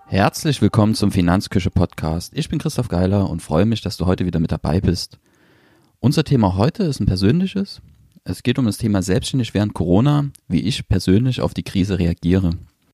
Herzlich willkommen zum Finanzküche-Podcast. Ich bin Christoph Geiler und freue mich, dass du heute wieder mit dabei bist. Unser Thema heute ist ein persönliches. Es geht um das Thema selbstständig während Corona, wie ich persönlich auf die Krise reagiere.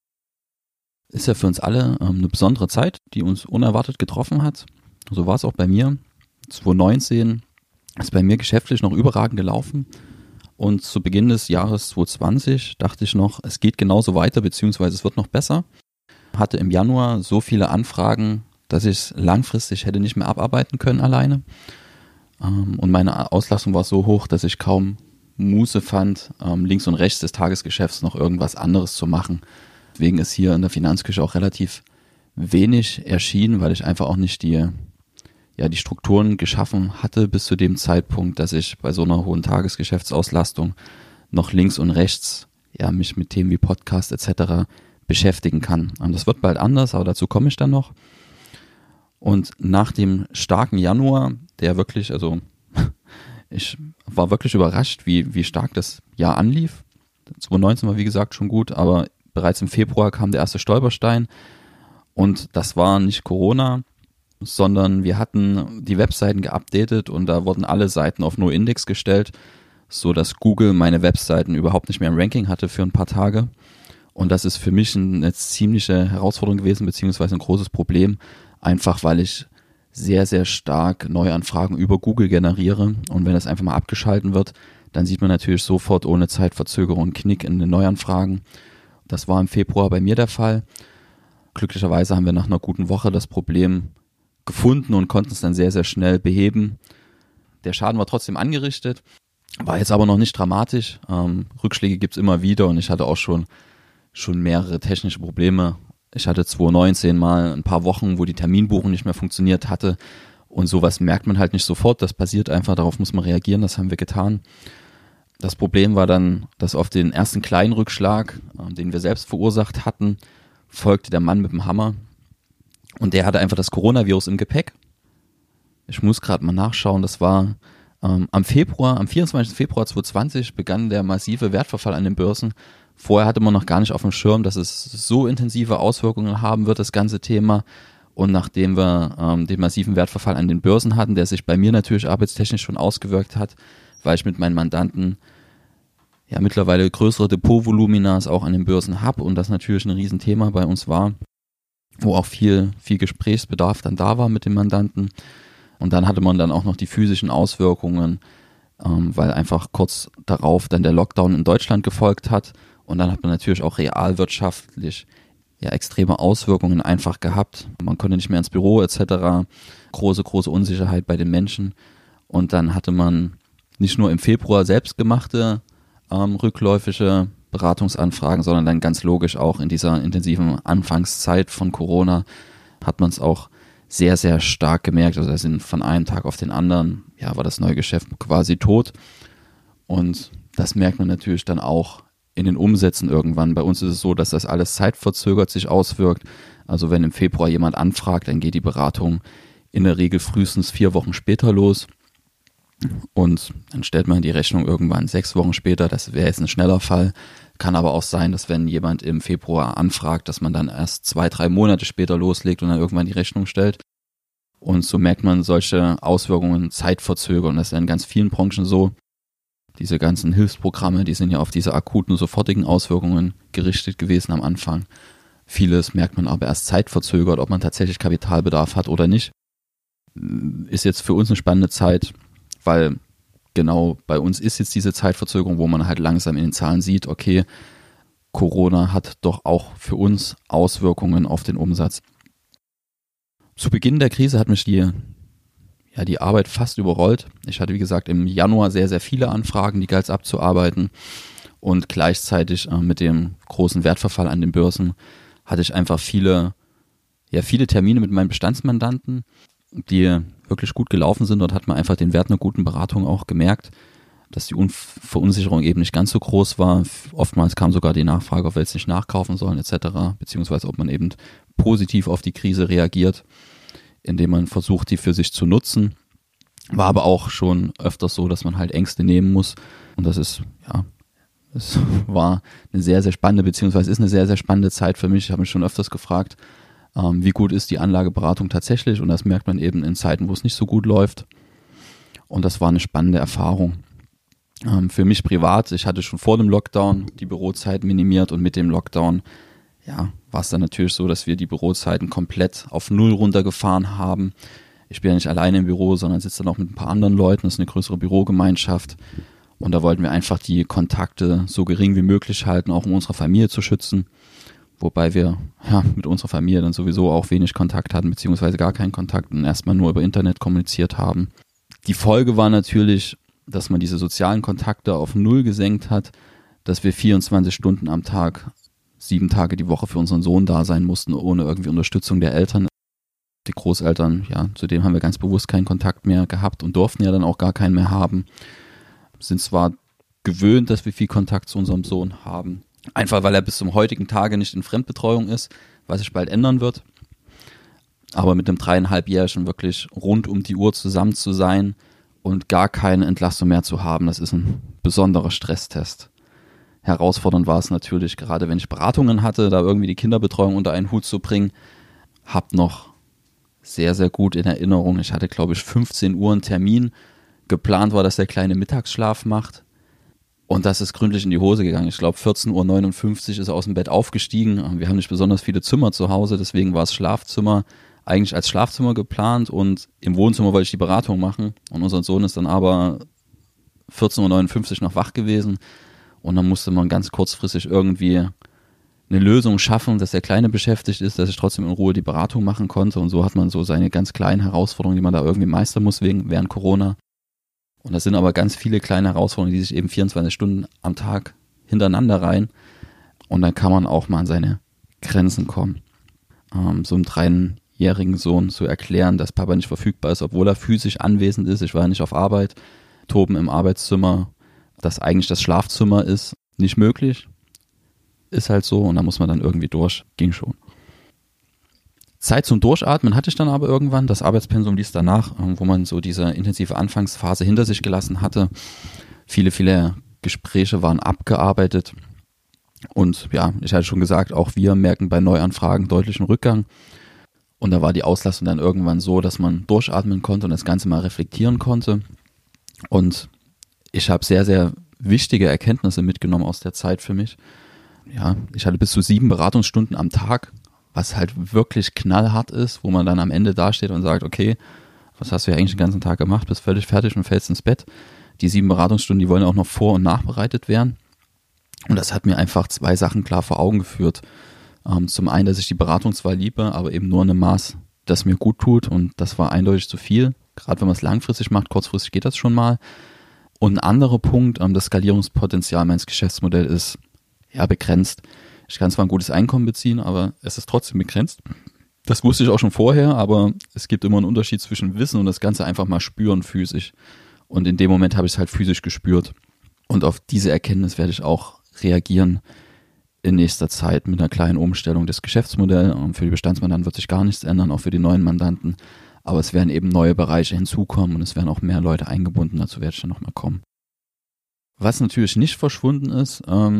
Ist ja für uns alle eine besondere Zeit, die uns unerwartet getroffen hat. So war es auch bei mir. 2019 ist bei mir geschäftlich noch überragend gelaufen. Und zu Beginn des Jahres 2020 dachte ich noch, es geht genauso weiter, beziehungsweise es wird noch besser. Hatte im Januar so viele Anfragen, dass ich es langfristig hätte nicht mehr abarbeiten können alleine. Und meine Auslastung war so hoch, dass ich kaum Muße fand, links und rechts des Tagesgeschäfts noch irgendwas anderes zu machen. Deswegen ist hier in der Finanzküche auch relativ wenig erschienen, weil ich einfach auch nicht die Strukturen geschaffen hatte bis zu dem Zeitpunkt, dass ich bei so einer hohen Tagesgeschäftsauslastung noch links und rechts mich mit Themen wie Podcast etc. beschäftigen kann. Und das wird bald anders, aber dazu komme ich dann noch. Und nach dem starken Januar, der wirklich, ich war wirklich überrascht, wie stark das Jahr anlief. 2019 war wie gesagt schon gut, aber bereits im Februar kam der erste Stolperstein und das war nicht Corona, sondern wir hatten die Webseiten geupdatet und da wurden alle Seiten auf No-Index gestellt, so dass Google meine Webseiten überhaupt nicht mehr im Ranking hatte für ein paar Tage. Und das ist für mich eine ziemliche Herausforderung gewesen, beziehungsweise ein großes Problem, einfach weil ich sehr, sehr stark Neuanfragen über Google generiere. Und wenn das einfach mal abgeschalten wird, dann sieht man natürlich sofort ohne Zeitverzögerung einen Knick in den Neuanfragen. Das war im Februar bei mir der Fall. Glücklicherweise haben wir nach einer guten Woche das Problem gefunden und konnten es dann sehr, sehr schnell beheben. Der Schaden war trotzdem angerichtet, war jetzt aber noch nicht dramatisch. Rückschläge gibt es immer wieder und ich hatte auch schon mehrere technische Probleme. Ich hatte 2019 mal ein paar Wochen, wo die Terminbuchung nicht mehr funktioniert hatte und sowas merkt man halt nicht sofort, das passiert einfach, darauf muss man reagieren, das haben wir getan. Das Problem war dann, dass auf den ersten kleinen Rückschlag, den wir selbst verursacht hatten, folgte der Mann mit dem Hammer und der hatte einfach das Coronavirus im Gepäck. Ich muss gerade mal nachschauen, das war am 24. Februar 2020 begann der massive Wertverfall an den Börsen. Vorher hatte man noch gar nicht auf dem Schirm, dass es so intensive Auswirkungen haben wird, das ganze Thema. Und nachdem wir den massiven Wertverfall an den Börsen hatten, der sich bei mir natürlich arbeitstechnisch schon ausgewirkt hat, weil ich mit meinen Mandanten mittlerweile größere Depotvoluminas auch an den Börsen habe und das natürlich ein Riesenthema bei uns war, wo auch viel Gesprächsbedarf dann da war mit den Mandanten. Und dann hatte man dann auch noch die physischen Auswirkungen, weil einfach kurz darauf dann der Lockdown in Deutschland gefolgt hat. Und dann hat man natürlich auch realwirtschaftlich extreme Auswirkungen einfach gehabt. Man konnte nicht mehr ins Büro etc. Große Unsicherheit bei den Menschen. Und dann hatte man nicht nur im Februar selbstgemachte rückläufige Beratungsanfragen, sondern dann ganz logisch auch in dieser intensiven Anfangszeit von Corona hat man es auch sehr, sehr stark gemerkt. Also da sind von einem Tag auf den anderen, war das neue Geschäft quasi tot. Und das merkt man natürlich dann auch in den Umsätzen irgendwann. Bei uns ist es so, dass das alles zeitverzögert sich auswirkt. Also wenn im Februar jemand anfragt, dann geht die Beratung in der Regel frühestens 4 Wochen später los. Und dann stellt man die Rechnung irgendwann 6 Wochen später. Das wäre jetzt ein schneller Fall. Kann aber auch sein, dass wenn jemand im Februar anfragt, dass man dann erst 2-3 Monate später loslegt und dann irgendwann die Rechnung stellt. Und so merkt man solche Auswirkungen zeitverzögert. Und das ist in ganz vielen Branchen so. Diese ganzen Hilfsprogramme, die sind ja auf diese akuten, sofortigen Auswirkungen gerichtet gewesen am Anfang. Vieles merkt man aber erst zeitverzögert, ob man tatsächlich Kapitalbedarf hat oder nicht. Ist jetzt für uns eine spannende Zeit, weil genau bei uns ist jetzt diese Zeitverzögerung, wo man halt langsam in den Zahlen sieht, okay, Corona hat doch auch für uns Auswirkungen auf den Umsatz. Zu Beginn der Krise hat mich die Arbeit fast überrollt. Ich hatte, wie gesagt, im Januar sehr, sehr viele Anfragen, die galt es abzuarbeiten. Und gleichzeitig mit dem großen Wertverfall an den Börsen hatte ich einfach viele Termine mit meinen Bestandsmandanten, die wirklich gut gelaufen sind. Dort hat man einfach den Wert einer guten Beratung auch gemerkt, dass die Verunsicherung eben nicht ganz so groß war. Oftmals kam sogar die Nachfrage, ob wir jetzt nicht nachkaufen sollen etc., beziehungsweise ob man eben positiv auf die Krise reagiert, indem man versucht, die für sich zu nutzen. War aber auch schon öfters so, dass man halt Ängste nehmen muss. Und das ist, es war eine sehr, sehr spannende, beziehungsweise ist eine sehr, sehr spannende Zeit für mich. Ich habe mich schon öfters gefragt, Wie gut ist die Anlageberatung tatsächlich? Und das merkt man eben in Zeiten, wo es nicht so gut läuft. Und das war eine spannende Erfahrung. Für mich privat, ich hatte schon vor dem Lockdown die Bürozeit minimiert und mit dem Lockdown, ja, war es dann natürlich so, dass wir die Bürozeiten komplett auf Null runtergefahren haben. Ich bin ja nicht alleine im Büro, sondern sitze dann auch mit ein paar anderen Leuten. Das ist eine größere Bürogemeinschaft. Und da wollten wir einfach die Kontakte so gering wie möglich halten, auch um unsere Familie zu schützen. Wobei wir mit unserer Familie dann sowieso auch wenig Kontakt hatten, beziehungsweise gar keinen Kontakt und erstmal nur über Internet kommuniziert haben. Die Folge war natürlich, dass man diese sozialen Kontakte auf Null gesenkt hat, dass wir 24 Stunden am Tag, 7 Tage die Woche für unseren Sohn da sein mussten, ohne irgendwie Unterstützung der Eltern. Die Großeltern, zu denen haben wir ganz bewusst keinen Kontakt mehr gehabt und durften ja dann auch gar keinen mehr haben. Sind zwar gewöhnt, dass wir viel Kontakt zu unserem Sohn haben, einfach weil er bis zum heutigen Tage nicht in Fremdbetreuung ist, was sich bald ändern wird. Aber mit einem 3,5-Jährigen wirklich rund um die Uhr zusammen zu sein und gar keine Entlastung mehr zu haben, das ist ein besonderer Stresstest. Herausfordernd war es natürlich, gerade wenn ich Beratungen hatte, da irgendwie die Kinderbetreuung unter einen Hut zu bringen. Hab noch sehr, sehr gut in Erinnerung, ich hatte, glaube ich, 15 Uhr einen Termin. Geplant war, dass der Kleine Mittagsschlaf macht. Und das ist gründlich in die Hose gegangen. Ich glaube, 14:59 Uhr ist er aus dem Bett aufgestiegen. Wir haben nicht besonders viele Zimmer zu Hause, deswegen war das Schlafzimmer eigentlich als Schlafzimmer geplant und im Wohnzimmer wollte ich die Beratung machen. Und unser Sohn ist dann aber 14:59 Uhr noch wach gewesen. Und dann musste man ganz kurzfristig irgendwie eine Lösung schaffen, dass der Kleine beschäftigt ist, dass ich trotzdem in Ruhe die Beratung machen konnte. Und so hat man so seine ganz kleinen Herausforderungen, die man da irgendwie meistern muss während Corona. Und das sind aber ganz viele kleine Herausforderungen, die sich eben 24 Stunden am Tag hintereinander reihen. Und dann kann man auch mal an seine Grenzen kommen. So einem 3-jährigen Sohn zu erklären, dass Papa nicht verfügbar ist, obwohl er physisch anwesend ist. Ich war ja nicht auf Arbeit. Toben im Arbeitszimmer, das eigentlich das Schlafzimmer ist, nicht möglich. Ist halt so und da muss man dann irgendwie durch. Ging schon. Zeit zum Durchatmen hatte ich dann aber irgendwann. Das Arbeitspensum ließ danach, wo man so diese intensive Anfangsphase hinter sich gelassen hatte. Viele, viele Gespräche waren abgearbeitet. Und ja, ich hatte schon gesagt, auch wir merken bei Neuanfragen deutlichen Rückgang. Und da war die Auslastung dann irgendwann so, dass man durchatmen konnte und das Ganze mal reflektieren konnte. Und ich habe sehr, sehr wichtige Erkenntnisse mitgenommen aus der Zeit für mich. Ja, ich hatte bis zu 7 Beratungsstunden am Tag, was halt wirklich knallhart ist, wo man dann am Ende dasteht und sagt, okay, was hast du ja eigentlich den ganzen Tag gemacht, bist völlig fertig und fällst ins Bett. Die 7 Beratungsstunden, die wollen ja auch noch vor- und nachbereitet werden. Und das hat mir einfach 2 Sachen klar vor Augen geführt. Zum einen, dass ich die Beratung zwar liebe, aber eben nur in einem Maß, das mir gut tut und das war eindeutig zu viel. Gerade wenn man es langfristig macht, kurzfristig geht das schon mal. Und ein anderer Punkt, das Skalierungspotenzial meines Geschäftsmodells ist ja begrenzt. Ich kann zwar ein gutes Einkommen beziehen, aber es ist trotzdem begrenzt. Das wusste ich auch schon vorher, aber es gibt immer einen Unterschied zwischen Wissen und das Ganze einfach mal spüren physisch. Und in dem Moment habe ich es halt physisch gespürt. Und auf diese Erkenntnis werde ich auch reagieren in nächster Zeit mit einer kleinen Umstellung des Geschäftsmodells. Für die Bestandsmandanten wird sich gar nichts ändern, auch für die neuen Mandanten. Aber es werden eben neue Bereiche hinzukommen und es werden auch mehr Leute eingebunden. Dazu werde ich dann nochmal kommen. Was natürlich nicht verschwunden ist,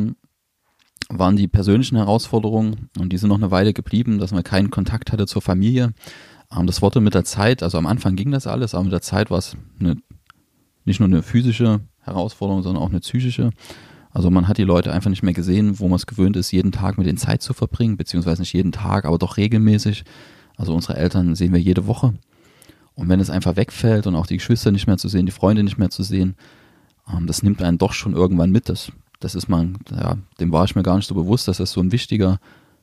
waren die persönlichen Herausforderungen und die sind noch eine Weile geblieben, dass man keinen Kontakt hatte zur Familie. Das wurde mit der Zeit, also am Anfang ging das alles, aber mit der Zeit war es nicht nur eine physische Herausforderung, sondern auch eine psychische. Also man hat die Leute einfach nicht mehr gesehen, wo man es gewöhnt ist, jeden Tag mit denen Zeit zu verbringen, beziehungsweise nicht jeden Tag, aber doch regelmäßig. Also unsere Eltern sehen wir jede Woche. Und wenn es einfach wegfällt und auch die Geschwister nicht mehr zu sehen, die Freunde nicht mehr zu sehen, das nimmt einen doch schon irgendwann mit. Das ist dem war ich mir gar nicht so bewusst, dass das so ein wichtiger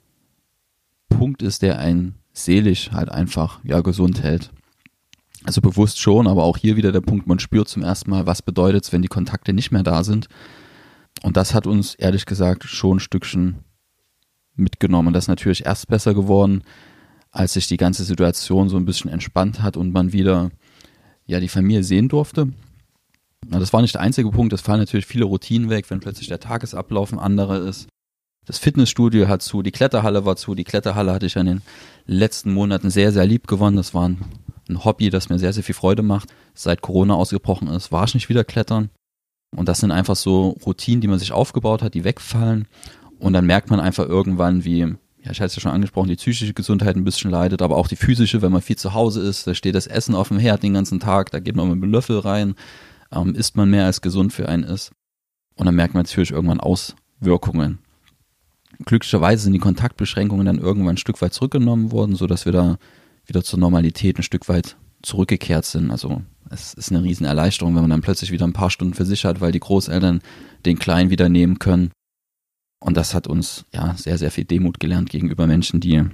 Punkt ist, der einen seelisch halt einfach gesund hält. Also bewusst schon, aber auch hier wieder der Punkt, man spürt zum ersten Mal, was bedeutet es, wenn die Kontakte nicht mehr da sind. Und das hat uns ehrlich gesagt schon ein Stückchen mitgenommen. Das ist natürlich erst besser geworden, als sich die ganze Situation so ein bisschen entspannt hat und man wieder die Familie sehen durfte. Das war nicht der einzige Punkt, es fallen natürlich viele Routinen weg, wenn plötzlich der Tagesablauf ein anderer ist. Das Fitnessstudio hat zu, die Kletterhalle war zu. Die Kletterhalle hatte ich in den letzten Monaten sehr, sehr lieb gewonnen. Das war ein Hobby, das mir sehr, sehr viel Freude macht. Seit Corona ausgebrochen ist, war ich nicht wieder klettern. Und das sind einfach so Routinen, die man sich aufgebaut hat, die wegfallen. Und dann merkt man einfach irgendwann, wie ich hatte es ja schon angesprochen, die psychische Gesundheit ein bisschen leidet, aber auch die physische, wenn man viel zu Hause ist, da steht das Essen auf dem Herd den ganzen Tag, da geht man mit einem Löffel rein, isst man mehr als gesund für einen ist. Und dann merkt man natürlich irgendwann Auswirkungen. Glücklicherweise sind die Kontaktbeschränkungen dann irgendwann ein Stück weit zurückgenommen worden, sodass wir da wieder zur Normalität ein Stück weit zurückgekehrt sind. Also es ist eine riesen Erleichterung, wenn man dann plötzlich wieder ein paar Stunden für sich hat, weil die Großeltern den Kleinen wieder nehmen können. Und das hat uns ja sehr, sehr viel Demut gelernt gegenüber Menschen, die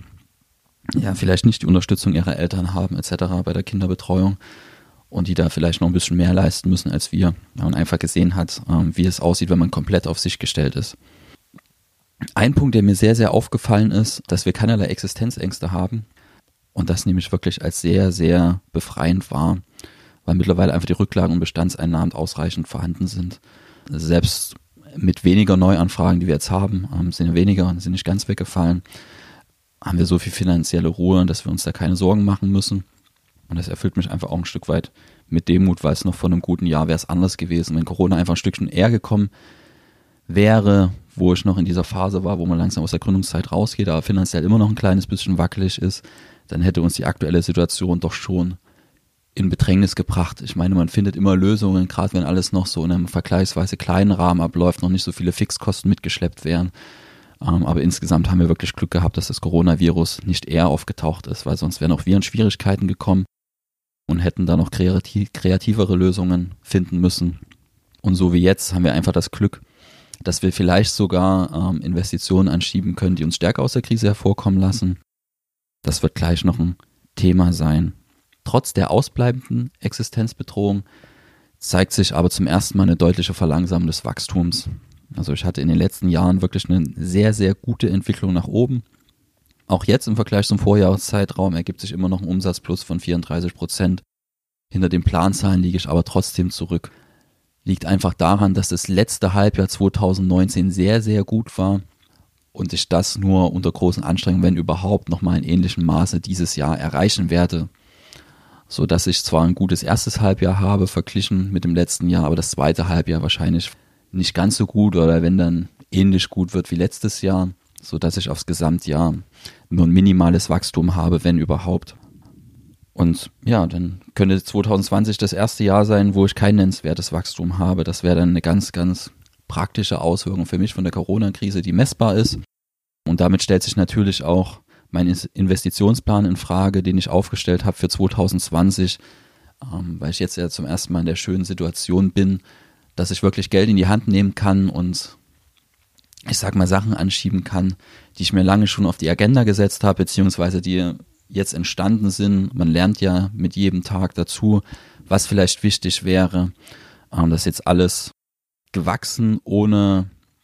ja vielleicht nicht die Unterstützung ihrer Eltern haben etc. bei der Kinderbetreuung und die da vielleicht noch ein bisschen mehr leisten müssen als wir. Ja, und einfach gesehen hat, wie es aussieht, wenn man komplett auf sich gestellt ist. Ein Punkt, der mir sehr, sehr aufgefallen ist, dass wir keinerlei Existenzängste haben und das nämlich wirklich als sehr, sehr befreiend war, weil mittlerweile einfach die Rücklagen und Bestandseinnahmen ausreichend vorhanden sind. Selbst mit weniger Neuanfragen, die wir jetzt haben, sind ja weniger, sind nicht ganz weggefallen, haben wir so viel finanzielle Ruhe, dass wir uns da keine Sorgen machen müssen. Und das erfüllt mich einfach auch ein Stück weit mit Demut, weil es noch vor einem guten Jahr wäre es anders gewesen. Wenn Corona einfach ein Stückchen eher gekommen wäre, wo ich noch in dieser Phase war, wo man langsam aus der Gründungszeit rausgeht, aber finanziell immer noch ein kleines bisschen wackelig ist, dann hätte uns die aktuelle Situation doch schon in Bedrängnis gebracht. Ich meine, man findet immer Lösungen, gerade wenn alles noch so in einem vergleichsweise kleinen Rahmen abläuft, noch nicht so viele Fixkosten mitgeschleppt werden. Aber insgesamt haben wir wirklich Glück gehabt, dass das Coronavirus nicht eher aufgetaucht ist, weil sonst wären auch wir in Schwierigkeiten gekommen und hätten da noch kreativere Lösungen finden müssen. Und so wie jetzt haben wir einfach das Glück, dass wir vielleicht sogar Investitionen anschieben können, die uns stärker aus der Krise hervorkommen lassen. Das wird gleich noch ein Thema sein. Trotz der ausbleibenden Existenzbedrohung zeigt sich aber zum ersten Mal eine deutliche Verlangsamung des Wachstums. Also ich hatte in den letzten Jahren wirklich eine sehr, sehr gute Entwicklung nach oben. Auch jetzt im Vergleich zum Vorjahreszeitraum ergibt sich immer noch ein Umsatzplus von 34%. Hinter den Planzahlen liege ich aber trotzdem zurück. Liegt einfach daran, dass das letzte Halbjahr 2019 sehr, sehr gut war und ich das nur unter großen Anstrengungen, wenn überhaupt, nochmal in ähnlichem Maße dieses Jahr erreichen werde. So dass ich zwar ein gutes erstes Halbjahr habe, verglichen mit dem letzten Jahr, aber das zweite Halbjahr wahrscheinlich nicht ganz so gut oder wenn dann ähnlich gut wird wie letztes Jahr, so dass ich aufs Gesamtjahr nur ein minimales Wachstum habe, wenn überhaupt. Und ja, dann könnte 2020 das erste Jahr sein, wo ich kein nennenswertes Wachstum habe. Das wäre dann eine ganz, ganz praktische Auswirkung für mich von der Corona-Krise, die messbar ist. Und damit stellt sich natürlich auch mein Investitionsplan in Frage, den ich aufgestellt habe für 2020, weil ich jetzt ja zum ersten Mal in der schönen Situation bin, dass ich wirklich Geld in die Hand nehmen kann und ich sag mal Sachen anschieben kann, die ich mir lange schon auf die Agenda gesetzt habe, beziehungsweise die jetzt entstanden sind. Man lernt ja mit jedem Tag dazu, was vielleicht wichtig wäre. Das ist jetzt alles gewachsen, ohne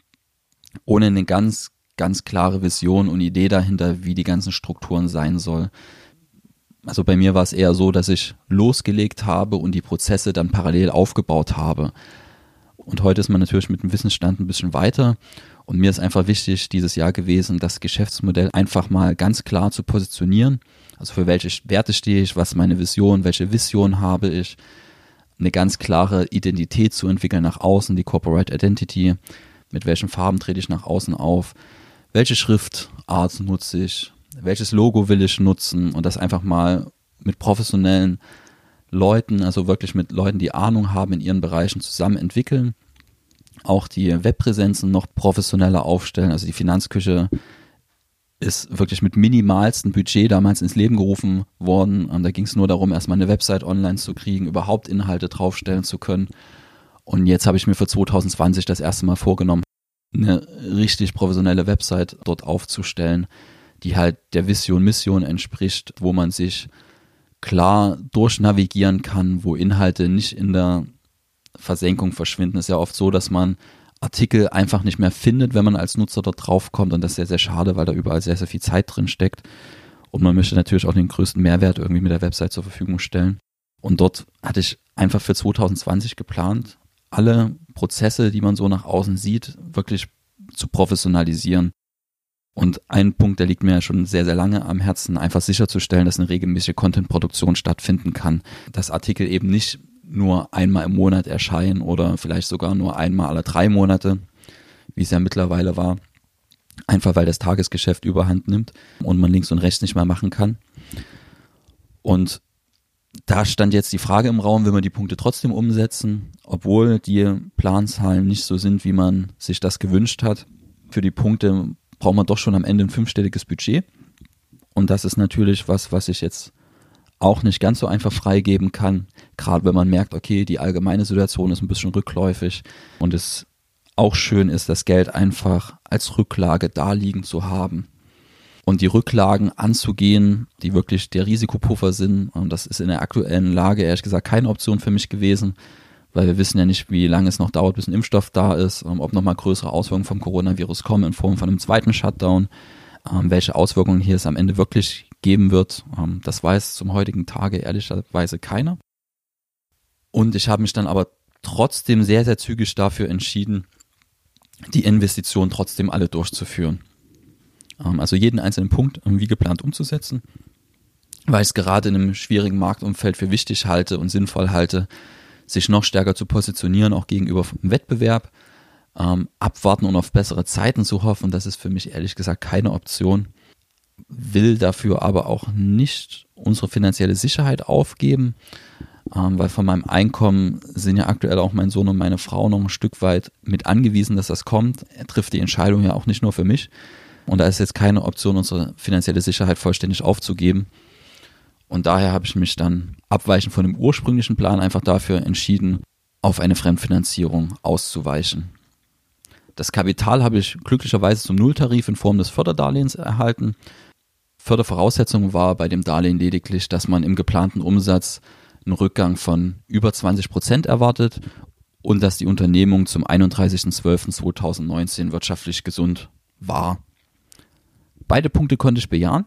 eine ganz klare Vision und Idee dahinter, wie die ganzen Strukturen sein soll. Also bei mir war es eher so, dass ich losgelegt habe und die Prozesse dann parallel aufgebaut habe. Und heute ist man natürlich mit dem Wissensstand ein bisschen weiter. Und mir ist einfach wichtig dieses Jahr gewesen, das Geschäftsmodell einfach mal ganz klar zu positionieren. Also für welche Werte stehe ich, was ist meine Vision, welche Vision habe ich, eine ganz klare Identität zu entwickeln nach außen, die Corporate Identity, mit welchen Farben trete ich nach außen auf, welche Schriftart nutze ich, welches Logo will ich nutzen und das einfach mal mit professionellen Leuten, also wirklich mit Leuten, die Ahnung haben in ihren Bereichen zusammen entwickeln. Auch die Webpräsenzen noch professioneller aufstellen. Also die Finanzküche ist wirklich mit minimalstem Budget damals ins Leben gerufen worden. Da ging es nur darum, erstmal eine Website online zu kriegen, überhaupt Inhalte draufstellen zu können. Und jetzt habe ich mir für 2020 das erste Mal vorgenommen, eine richtig professionelle Website dort aufzustellen, die halt der Vision, Mission entspricht, wo man sich klar durchnavigieren kann, wo Inhalte nicht in der Versenkung verschwinden. Es ist ja oft so, dass man Artikel einfach nicht mehr findet, wenn man als Nutzer dort draufkommt und das ist sehr, sehr schade, weil da überall sehr, sehr viel Zeit drin steckt und man möchte natürlich auch den größten Mehrwert irgendwie mit der Website zur Verfügung stellen. Und dort hatte ich einfach für 2020 geplant, alle Prozesse, die man so nach außen sieht, wirklich zu professionalisieren. Und ein Punkt, der liegt mir ja schon sehr, sehr lange am Herzen, einfach sicherzustellen, dass eine regelmäßige Content-Produktion stattfinden kann. Dass Artikel eben nicht nur einmal im Monat erscheinen oder vielleicht sogar nur einmal alle 3 Monate, wie es ja mittlerweile war, Einfach weil das Tagesgeschäft überhand nimmt und man links und rechts nicht mehr machen kann. Und da stand jetzt die Frage im Raum, will man die Punkte trotzdem umsetzen, obwohl die Planzahlen nicht so sind, wie man sich das gewünscht hat. Für die Punkte braucht man doch schon am Ende ein 5-stelliges Budget. Und das ist natürlich was ich jetzt auch nicht ganz so einfach freigeben kann, gerade wenn man merkt, okay, die allgemeine Situation ist ein bisschen rückläufig und es auch schön ist, das Geld einfach als Rücklage da liegen zu haben. Und die Rücklagen anzugehen, die wirklich der Risikopuffer sind, und das ist in der aktuellen Lage ehrlich gesagt keine Option für mich gewesen, weil wir wissen ja nicht, wie lange es noch dauert, bis ein Impfstoff da ist, ob nochmal größere Auswirkungen vom Coronavirus kommen in Form von einem zweiten Shutdown, welche Auswirkungen hier es am Ende wirklich geben wird. Das weiß zum heutigen Tage ehrlicherweise keiner. Und ich habe mich dann aber trotzdem sehr, sehr zügig dafür entschieden, die Investitionen trotzdem alle durchzuführen. Also jeden einzelnen Punkt wie geplant umzusetzen, weil ich es gerade in einem schwierigen Marktumfeld für wichtig halte und sinnvoll halte, sich noch stärker zu positionieren, auch gegenüber dem Wettbewerb, abwarten und auf bessere Zeiten zu hoffen. Das ist für mich ehrlich gesagt keine Option. Will dafür aber auch nicht unsere finanzielle Sicherheit aufgeben, weil von meinem Einkommen sind ja aktuell auch mein Sohn und meine Frau noch ein Stück weit mit angewiesen, dass das kommt. Er trifft die Entscheidung ja auch nicht nur für mich. Und da ist jetzt keine Option, unsere finanzielle Sicherheit vollständig aufzugeben. Und daher habe ich mich dann abweichend von dem ursprünglichen Plan einfach dafür entschieden, auf eine Fremdfinanzierung auszuweichen. Das Kapital habe ich glücklicherweise zum Nulltarif in Form des Förderdarlehens erhalten. Fördervoraussetzung war bei dem Darlehen lediglich, dass man im geplanten Umsatz einen Rückgang von über 20% erwartet und dass die Unternehmung zum 31.12.2019 wirtschaftlich gesund war. Beide Punkte konnte ich bejahen.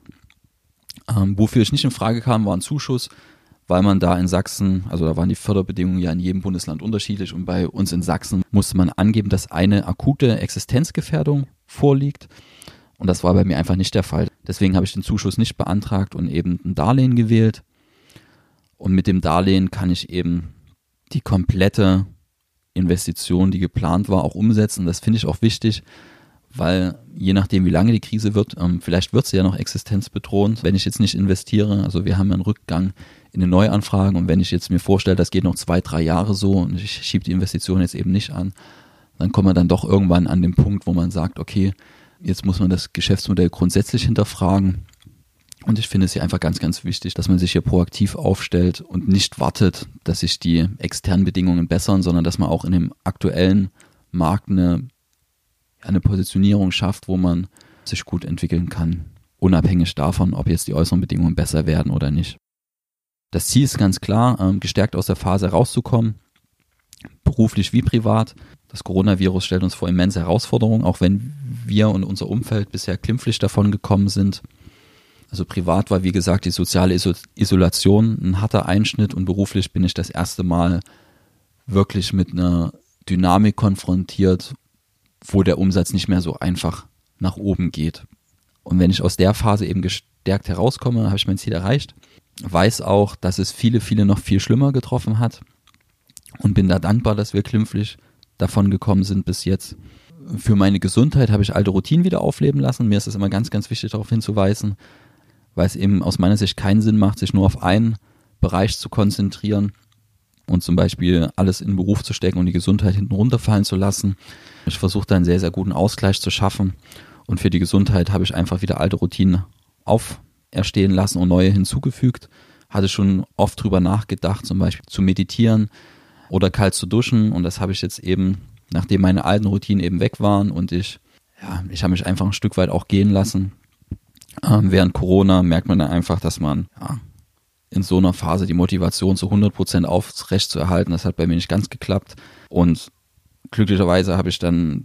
Wofür ich nicht in Frage kam, war ein Zuschuss, weil man da in Sachsen, also da waren die Förderbedingungen ja in jedem Bundesland unterschiedlich und bei uns in Sachsen musste man angeben, dass eine akute Existenzgefährdung vorliegt und das war bei mir einfach nicht der Fall. Deswegen habe ich den Zuschuss nicht beantragt und eben ein Darlehen gewählt und mit dem Darlehen kann ich eben die komplette Investition, die geplant war, auch umsetzen. Das finde ich auch wichtig, weil je nachdem, wie lange die Krise wird, vielleicht wird sie ja noch existenzbedrohend, wenn ich jetzt nicht investiere. Also wir haben einen Rückgang in den Neuanfragen und wenn ich jetzt mir vorstelle, das geht noch 2-3 Jahre so und ich schiebe die Investition jetzt eben nicht an, dann kommt man dann doch irgendwann an den Punkt, wo man sagt, okay, jetzt muss man das Geschäftsmodell grundsätzlich hinterfragen. Und ich finde es hier einfach ganz, ganz wichtig, dass man sich hier proaktiv aufstellt und nicht wartet, dass sich die externen Bedingungen bessern, sondern dass man auch in dem aktuellen Markt eine Positionierung schafft, wo man sich gut entwickeln kann, unabhängig davon, ob jetzt die äußeren Bedingungen besser werden oder nicht. Das Ziel ist ganz klar, gestärkt aus der Phase rauszukommen, beruflich wie privat. Das Coronavirus stellt uns vor immense Herausforderungen, auch wenn wir und unser Umfeld bisher glimpflich davon gekommen sind. Also privat war, wie gesagt, die soziale Isolation ein harter Einschnitt und beruflich bin ich das erste Mal wirklich mit einer Dynamik konfrontiert, wo der Umsatz nicht mehr so einfach nach oben geht. Und wenn ich aus der Phase eben gestärkt herauskomme, habe ich mein Ziel erreicht. Weiß auch, dass es viele, viele noch viel schlimmer getroffen hat und bin da dankbar, dass wir glimpflich davon gekommen sind bis jetzt. Für meine Gesundheit habe ich alte Routinen wieder aufleben lassen. Mir ist es immer ganz, ganz wichtig, darauf hinzuweisen, weil es eben aus meiner Sicht keinen Sinn macht, sich nur auf einen Bereich zu konzentrieren und zum Beispiel alles in den Beruf zu stecken und die Gesundheit hinten runterfallen zu lassen. Ich versuche da einen sehr, sehr guten Ausgleich zu schaffen und für die Gesundheit habe ich einfach wieder alte Routinen auferstehen lassen und neue hinzugefügt. Hatte schon oft drüber nachgedacht, zum Beispiel zu meditieren oder kalt zu duschen und das habe ich jetzt eben, nachdem meine alten Routinen eben weg waren und ich habe mich einfach ein Stück weit auch gehen lassen. Während Corona merkt man dann einfach, dass man in so einer Phase die Motivation zu 100% aufrecht zu erhalten, das hat bei mir nicht ganz geklappt und glücklicherweise habe ich dann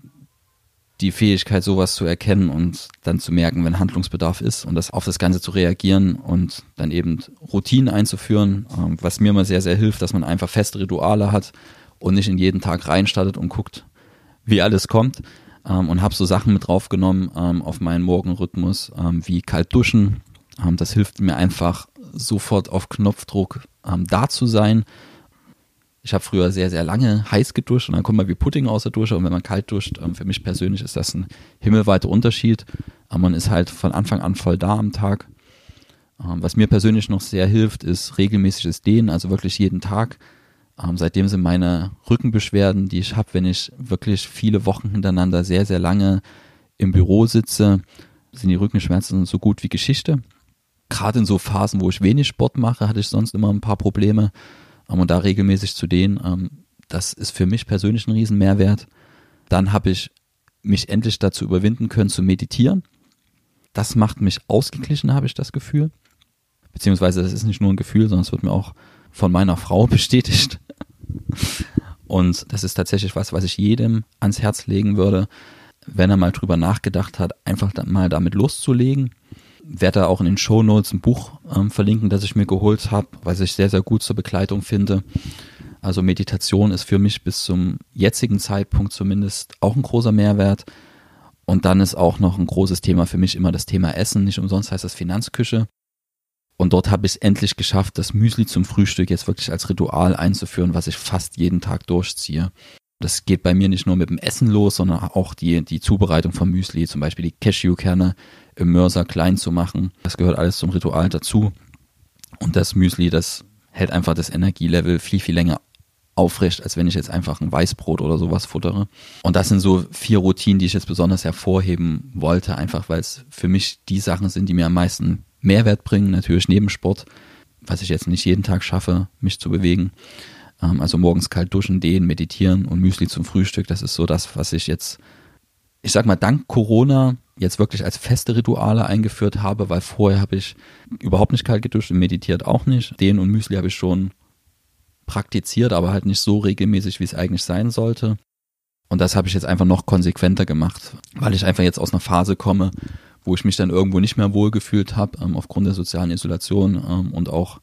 die Fähigkeit, sowas zu erkennen und dann zu merken, wenn Handlungsbedarf ist und auf das Ganze zu reagieren und dann eben Routinen einzuführen, was mir immer sehr, sehr hilft, dass man einfach feste Rituale hat und nicht in jeden Tag reinstartet und guckt, wie alles kommt. Und habe so Sachen mit draufgenommen auf meinen Morgenrhythmus, wie kalt duschen. Das hilft mir einfach sofort auf Knopfdruck da zu sein. Ich habe früher sehr, sehr lange heiß geduscht und dann kommt man wie Pudding aus der Dusche und wenn man kalt duscht, für mich persönlich ist das ein himmelweiter Unterschied. Aber man ist halt von Anfang an voll da am Tag. Was mir persönlich noch sehr hilft, ist regelmäßiges Dehnen, also wirklich jeden Tag. Seitdem sind meine Rückenbeschwerden, die ich habe, wenn ich wirklich viele Wochen hintereinander sehr, sehr lange im Büro sitze, sind die Rückenschmerzen so gut wie Geschichte. Gerade in so Phasen, wo ich wenig Sport mache, hatte ich sonst immer ein paar Probleme. Und da regelmäßig zu dehnen, das ist für mich persönlich ein Riesenmehrwert. Dann habe ich mich endlich dazu überwinden können, zu meditieren. Das macht mich ausgeglichen, habe ich das Gefühl. Beziehungsweise das ist nicht nur ein Gefühl, sondern es wird mir auch von meiner Frau bestätigt. Und das ist tatsächlich was ich jedem ans Herz legen würde, wenn er mal drüber nachgedacht hat, einfach mal damit loszulegen. Werde da auch in den Shownotes ein Buch verlinken, das ich mir geholt habe, was ich sehr, sehr gut zur Begleitung finde. Also Meditation ist für mich bis zum jetzigen Zeitpunkt zumindest auch ein großer Mehrwert. Und dann ist auch noch ein großes Thema für mich immer das Thema Essen. Nicht umsonst heißt das Finanzküche. Und dort habe ich es endlich geschafft, das Müsli zum Frühstück jetzt wirklich als Ritual einzuführen, was ich fast jeden Tag durchziehe. Das geht bei mir nicht nur mit dem Essen los, sondern auch die Zubereitung von Müsli, zum Beispiel die Cashewkerne im Mörser klein zu machen. Das gehört alles zum Ritual dazu. Und das Müsli, das hält einfach das Energielevel viel, viel länger aufrecht, als wenn ich jetzt einfach ein Weißbrot oder sowas futtere. Und das sind so 4 Routinen, die ich jetzt besonders hervorheben wollte, einfach weil es für mich die Sachen sind, die mir am meisten Mehrwert bringen, natürlich neben Sport, was ich jetzt nicht jeden Tag schaffe, mich zu bewegen. Also morgens kalt duschen, dehnen, meditieren und Müsli zum Frühstück, das ist so das, was ich jetzt, ich sag mal, dank Corona jetzt wirklich als feste Rituale eingeführt habe, weil vorher habe ich überhaupt nicht kalt geduscht und meditiert auch nicht. Dehnen und Müsli habe ich schon praktiziert, aber halt nicht so regelmäßig, wie es eigentlich sein sollte. Und das habe ich jetzt einfach noch konsequenter gemacht, weil ich einfach jetzt aus einer Phase komme, wo ich mich dann irgendwo nicht mehr wohlgefühlt habe, aufgrund der sozialen Isolation und auch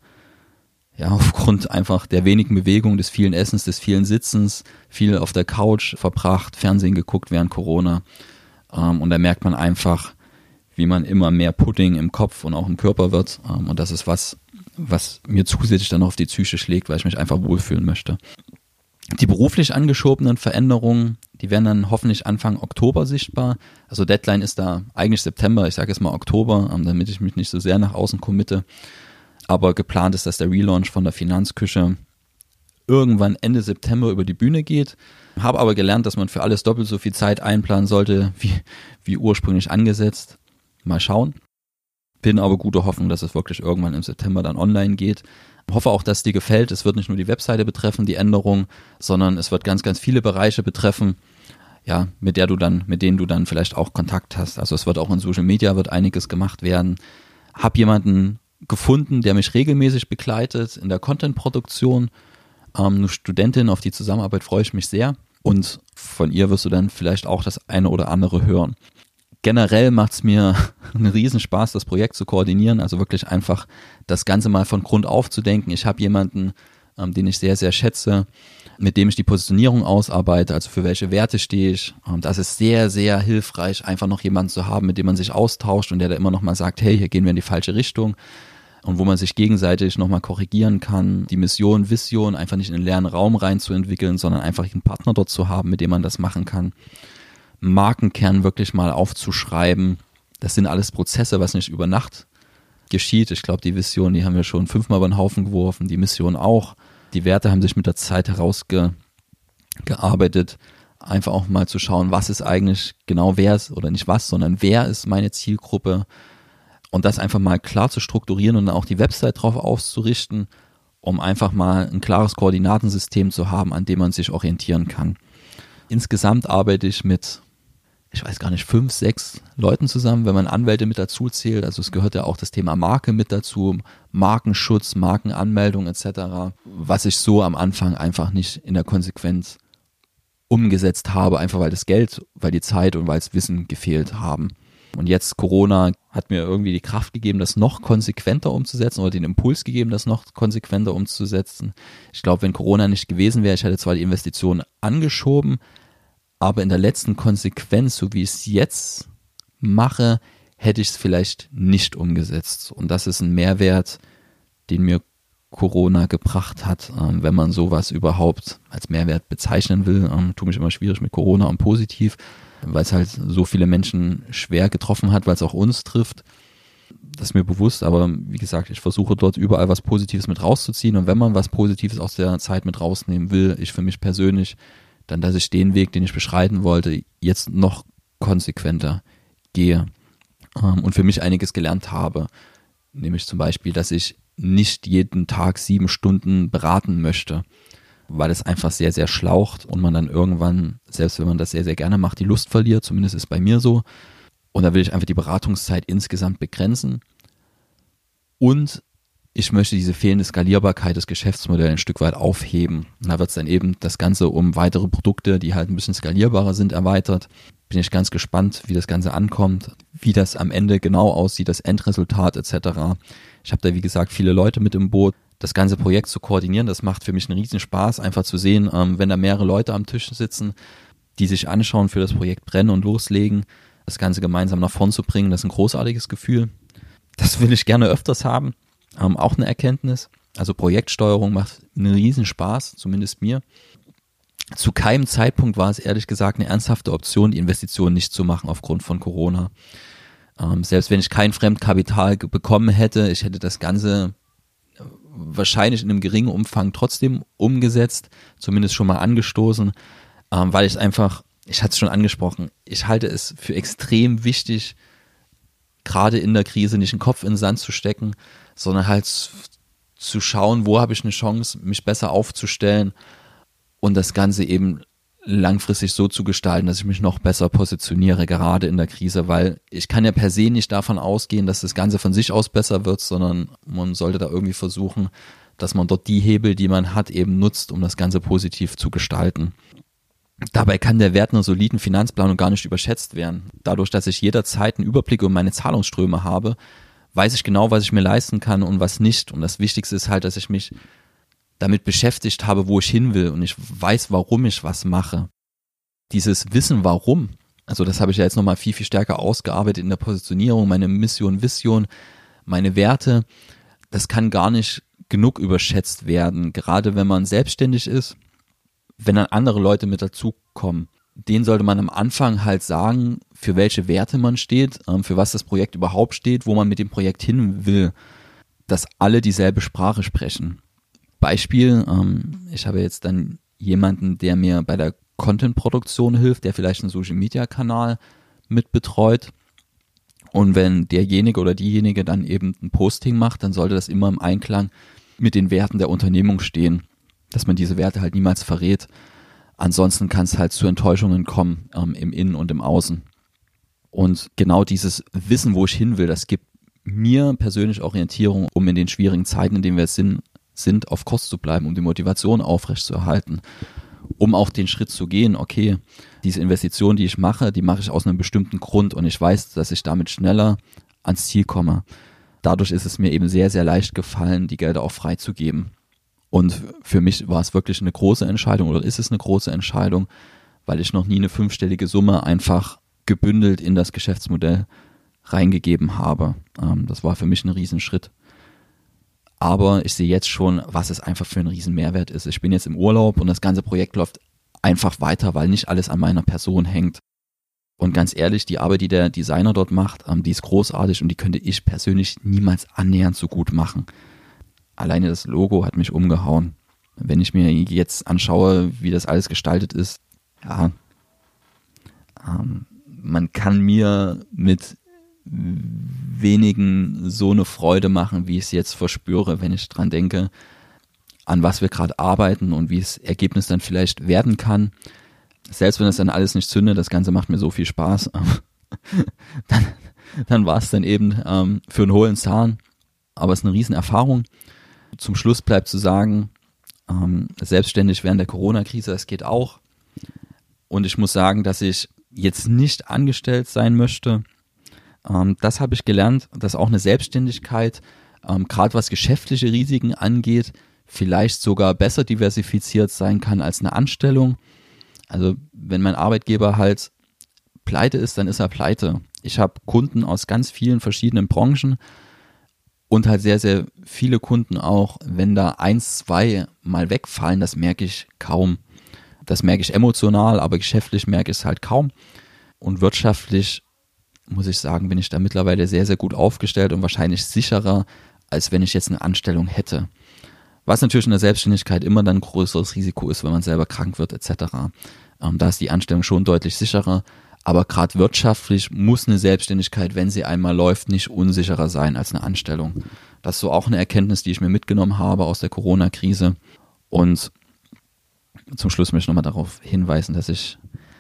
aufgrund einfach der wenigen Bewegung, des vielen Essens, des vielen Sitzens, viel auf der Couch verbracht, Fernsehen geguckt während Corona. Und da merkt man einfach, wie man immer mehr Pudding im Kopf und auch im Körper wird. Und das ist was mir zusätzlich dann auf die Psyche schlägt, weil ich mich einfach wohlfühlen möchte. Die beruflich angeschobenen Veränderungen, die werden dann hoffentlich Anfang Oktober sichtbar. Also Deadline ist da eigentlich September, ich sage jetzt mal Oktober, damit ich mich nicht so sehr nach außen committe. Aber geplant ist, dass der Relaunch von der Finanzküche irgendwann Ende September über die Bühne geht. Habe aber gelernt, dass man für alles doppelt so viel Zeit einplanen sollte, wie ursprünglich angesetzt. Mal schauen. Bin aber guter Hoffnung, dass es wirklich irgendwann im September dann online geht. Hoffe auch, dass dir gefällt. Es wird nicht nur die Webseite betreffen, die Änderung, sondern es wird ganz, ganz viele Bereiche betreffen, ja, mit denen du dann vielleicht auch Kontakt hast. Also es wird auch in Social Media wird einiges gemacht werden. Hab jemanden gefunden, der mich regelmäßig begleitet in der Content-Produktion. Eine Studentin, auf die Zusammenarbeit freue ich mich sehr. Und von ihr wirst du dann vielleicht auch das eine oder andere hören. Generell macht es mir einen Riesenspaß, das Projekt zu koordinieren, also wirklich einfach das Ganze mal von Grund auf zu denken. Ich habe jemanden, den ich sehr, sehr schätze, mit dem ich die Positionierung ausarbeite, also für welche Werte stehe ich. Das ist sehr, sehr hilfreich, einfach noch jemanden zu haben, mit dem man sich austauscht und der da immer noch mal sagt, hey, hier gehen wir in die falsche Richtung. Und wo man sich gegenseitig nochmal korrigieren kann, die Mission, Vision einfach nicht in den leeren Raum reinzuentwickeln, sondern einfach einen Partner dort zu haben, mit dem man das machen kann. Markenkern wirklich mal aufzuschreiben. Das sind alles Prozesse, was nicht über Nacht geschieht. Ich glaube, die Vision, die haben wir schon 5-mal über den Haufen geworfen, die Mission auch. Die Werte haben sich mit der Zeit herausgearbeitet. Einfach auch mal zu schauen, was ist eigentlich genau wer ist, oder nicht was, sondern wer ist meine Zielgruppe. Und das einfach mal klar zu strukturieren und dann auch die Website drauf auszurichten, um einfach mal ein klares Koordinatensystem zu haben, an dem man sich orientieren kann. Insgesamt arbeite ich mit, ich weiß gar nicht, 5, 6 Leuten zusammen, wenn man Anwälte mit dazu zählt. Also es gehört ja auch das Thema Marke mit dazu, Markenschutz, Markenanmeldung etc., was ich so am Anfang einfach nicht in der Konsequenz umgesetzt habe, einfach weil das Geld, weil die Zeit und weil das Wissen gefehlt haben. Und jetzt Corona hat mir irgendwie die Kraft gegeben, das noch konsequenter umzusetzen oder den Impuls gegeben, das noch konsequenter umzusetzen. Ich glaube, wenn Corona nicht gewesen wäre, ich hätte zwar die Investitionen angeschoben, aber in der letzten Konsequenz, so wie ich es jetzt mache, hätte ich es vielleicht nicht umgesetzt. Und das ist ein Mehrwert, den mir Corona gebracht hat, wenn man sowas überhaupt als Mehrwert bezeichnen will. Tue mich immer schwierig mit Corona und positiv, weil es halt so viele Menschen schwer getroffen hat, weil es auch uns trifft. Das ist mir bewusst, aber wie gesagt, ich versuche dort überall was Positives mit rauszuziehen, und wenn man was Positives aus der Zeit mit rausnehmen will, ich für mich persönlich, dann, dass ich den Weg, den ich beschreiten wollte, jetzt noch konsequenter gehe und für mich einiges gelernt habe, nämlich zum Beispiel, dass ich nicht jeden Tag 7 Stunden beraten möchte, weil es einfach sehr, sehr schlaucht und man dann irgendwann, selbst wenn man das sehr, sehr gerne macht, die Lust verliert, zumindest ist es bei mir so. Und da will ich einfach die Beratungszeit insgesamt begrenzen. Und ich möchte diese fehlende Skalierbarkeit des Geschäftsmodells ein Stück weit aufheben. Und da wird es dann eben das Ganze um weitere Produkte, die halt ein bisschen skalierbarer sind, erweitert. Bin ich ganz gespannt, wie das Ganze ankommt, wie das am Ende genau aussieht, das Endresultat etc. Ich habe da, wie gesagt, viele Leute mit im Boot. Das ganze Projekt zu koordinieren, das macht für mich einen riesen Spaß, einfach zu sehen, wenn da mehrere Leute am Tisch sitzen, die sich anschauen, für das Projekt brennen und loslegen, das Ganze gemeinsam nach vorn zu bringen, das ist ein großartiges Gefühl. Das will ich gerne öfters haben. Auch eine Erkenntnis. Also Projektsteuerung macht einen riesen Spaß, zumindest mir. Zu keinem Zeitpunkt war es ehrlich gesagt eine ernsthafte Option, die Investition nicht zu machen aufgrund von Corona. Selbst wenn ich kein Fremdkapital bekommen hätte, ich hätte das Ganze wahrscheinlich in einem geringen Umfang trotzdem umgesetzt, zumindest schon mal angestoßen, weil ich einfach, ich hatte es schon angesprochen, ich halte es für extrem wichtig, gerade in der Krise nicht den Kopf in den Sand zu stecken, sondern halt zu schauen, wo habe ich eine Chance, mich besser aufzustellen und das Ganze eben langfristig so zu gestalten, dass ich mich noch besser positioniere, gerade in der Krise, weil ich kann ja per se nicht davon ausgehen, dass das Ganze von sich aus besser wird, sondern man sollte da irgendwie versuchen, dass man dort die Hebel, die man hat, eben nutzt, um das Ganze positiv zu gestalten. Dabei kann der Wert einer soliden Finanzplanung gar nicht überschätzt werden. Dadurch, dass ich jederzeit einen Überblick über meine Zahlungsströme habe, weiß ich genau, was ich mir leisten kann und was nicht. Und das Wichtigste ist halt, dass ich mich damit beschäftigt habe, wo ich hin will, und ich weiß, warum ich was mache. Dieses Wissen, warum, also das habe ich ja jetzt nochmal viel, viel stärker ausgearbeitet in der Positionierung, meine Mission, Vision, meine Werte, das kann gar nicht genug überschätzt werden, gerade wenn man selbstständig ist, wenn dann andere Leute mit dazukommen. Denen sollte man am Anfang halt sagen, für welche Werte man steht, für was das Projekt überhaupt steht, wo man mit dem Projekt hin will, dass alle dieselbe Sprache sprechen. Beispiel, ich habe jetzt dann jemanden, der mir bei der Content-Produktion hilft, der vielleicht einen Social-Media-Kanal mit betreut, und wenn derjenige oder diejenige dann eben ein Posting macht, dann sollte das immer im Einklang mit den Werten der Unternehmung stehen, dass man diese Werte halt niemals verrät. Ansonsten kann es halt zu Enttäuschungen kommen, im Innen und im Außen. Und genau dieses Wissen, wo ich hin will, das gibt mir persönlich Orientierung, um in den schwierigen Zeiten, in denen wir sind, auf Kurs zu bleiben, um die Motivation aufrechtzuerhalten, um auch den Schritt zu gehen, okay, diese Investition, die ich mache, die mache ich aus einem bestimmten Grund, und ich weiß, dass ich damit schneller ans Ziel komme. Dadurch ist es mir eben sehr, sehr leicht gefallen, die Gelder auch freizugeben. Und für mich war es wirklich eine große Entscheidung, oder ist es eine große Entscheidung, weil ich noch nie eine 5-stellige Summe einfach gebündelt in das Geschäftsmodell reingegeben habe. Das war für mich ein Riesenschritt. Aber ich sehe jetzt schon, was es einfach für ein riesen Mehrwert ist. Ich bin jetzt im Urlaub und das ganze Projekt läuft einfach weiter, weil nicht alles an meiner Person hängt. Und ganz ehrlich, die Arbeit, die der Designer dort macht, die ist großartig, und die könnte ich persönlich niemals annähernd so gut machen. Alleine das Logo hat mich umgehauen. Wenn ich mir jetzt anschaue, wie das alles gestaltet ist, ja, man kann mir mit wenigen so eine Freude machen, wie ich es jetzt verspüre, wenn ich dran denke, an was wir gerade arbeiten und wie das Ergebnis dann vielleicht werden kann. Selbst wenn es dann alles nicht zündet, das Ganze macht mir so viel Spaß, dann war es dann eben für einen hohlen Zahn, aber es ist eine Riesenerfahrung. Zum Schluss bleibt zu sagen, selbstständig während der Corona-Krise, das geht auch. Und ich muss sagen, dass ich jetzt nicht angestellt sein möchte. Das habe ich gelernt, dass auch eine Selbstständigkeit, gerade was geschäftliche Risiken angeht, vielleicht sogar besser diversifiziert sein kann als eine Anstellung. Also wenn mein Arbeitgeber halt pleite ist, dann ist er pleite. Ich habe Kunden aus ganz vielen verschiedenen Branchen, Und halt sehr, sehr viele Kunden auch, wenn da 1, 2 mal wegfallen, das merke ich kaum. Das merke ich emotional, aber geschäftlich merke ich es halt kaum. Und wirtschaftlich, muss ich sagen, bin ich da mittlerweile sehr, sehr gut aufgestellt und wahrscheinlich sicherer, als wenn ich jetzt eine Anstellung hätte. Was natürlich in der Selbstständigkeit immer dann ein größeres Risiko ist, wenn man selber krank wird etc. Da ist die Anstellung schon deutlich sicherer. Aber gerade wirtschaftlich muss eine Selbstständigkeit, wenn sie einmal läuft, nicht unsicherer sein als eine Anstellung. Das ist so auch eine Erkenntnis, die ich mir mitgenommen habe aus der Corona-Krise. Und zum Schluss möchte ich nochmal darauf hinweisen, dass ich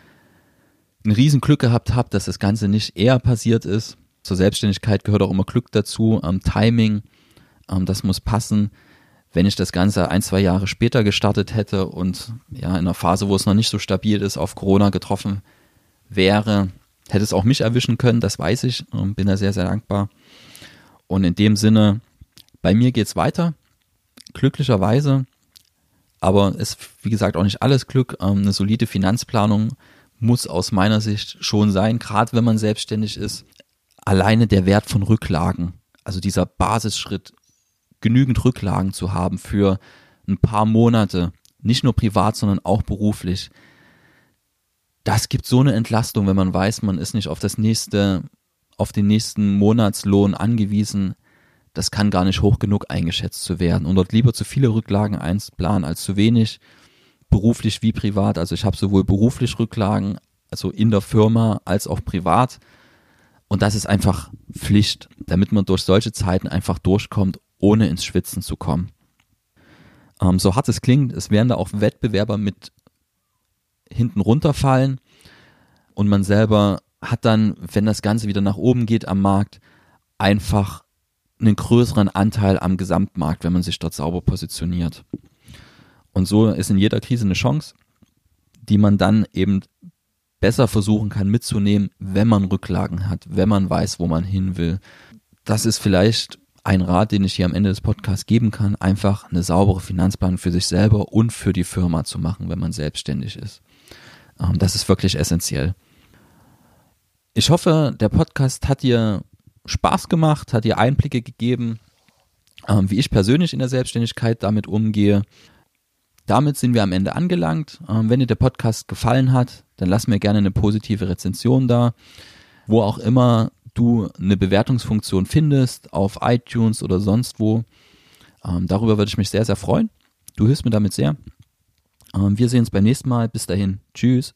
ein Riesenglück gehabt habe, dass das Ganze nicht eher passiert ist. Zur Selbstständigkeit gehört auch immer Glück dazu, Timing, das muss passen. Wenn ich das Ganze 1, 2 Jahre später gestartet hätte und ja in einer Phase, wo es noch nicht so stabil ist, auf Corona getroffen wäre, hätte es auch mich erwischen können, das weiß ich, bin da sehr, sehr dankbar. Und in dem Sinne, bei mir geht's weiter, glücklicherweise, aber es ist, wie gesagt, auch nicht alles Glück. Eine solide Finanzplanung muss aus meiner Sicht schon sein, gerade wenn man selbstständig ist. Alleine der Wert von Rücklagen, also dieser Basisschritt, genügend Rücklagen zu haben für ein paar Monate, nicht nur privat, sondern auch beruflich. Das gibt so eine Entlastung, wenn man weiß, man ist nicht auf den nächsten Monatslohn angewiesen. Das kann gar nicht hoch genug eingeschätzt zu werden. Und dort lieber zu viele Rücklagen einplanen als zu wenig, beruflich wie privat. Also ich habe sowohl beruflich Rücklagen, also in der Firma, als auch privat. Und das ist einfach Pflicht, damit man durch solche Zeiten einfach durchkommt, ohne ins Schwitzen zu kommen. So hart es klingt, es werden da auch Wettbewerber mit hinten runterfallen und man selber hat dann, wenn das Ganze wieder nach oben geht am Markt, einfach einen größeren Anteil am Gesamtmarkt, wenn man sich dort sauber positioniert. Und so ist in jeder Krise eine Chance, die man dann eben besser versuchen kann mitzunehmen, wenn man Rücklagen hat, wenn man weiß, wo man hin will. Das ist vielleicht ein Rat, den ich hier am Ende des Podcasts geben kann, einfach eine saubere Finanzplanung für sich selber und für die Firma zu machen, wenn man selbstständig ist. Das ist wirklich essentiell. Ich hoffe, der Podcast hat dir Spaß gemacht, hat dir Einblicke gegeben, wie ich persönlich in der Selbstständigkeit damit umgehe. Damit sind wir am Ende angelangt. Wenn dir der Podcast gefallen hat, dann lass mir gerne eine positive Rezension da, wo auch immer du eine Bewertungsfunktion findest, auf iTunes oder sonst wo. Darüber würde ich mich sehr, sehr freuen. Du hilfst mir damit sehr. Wir sehen uns beim nächsten Mal. Bis dahin. Tschüss.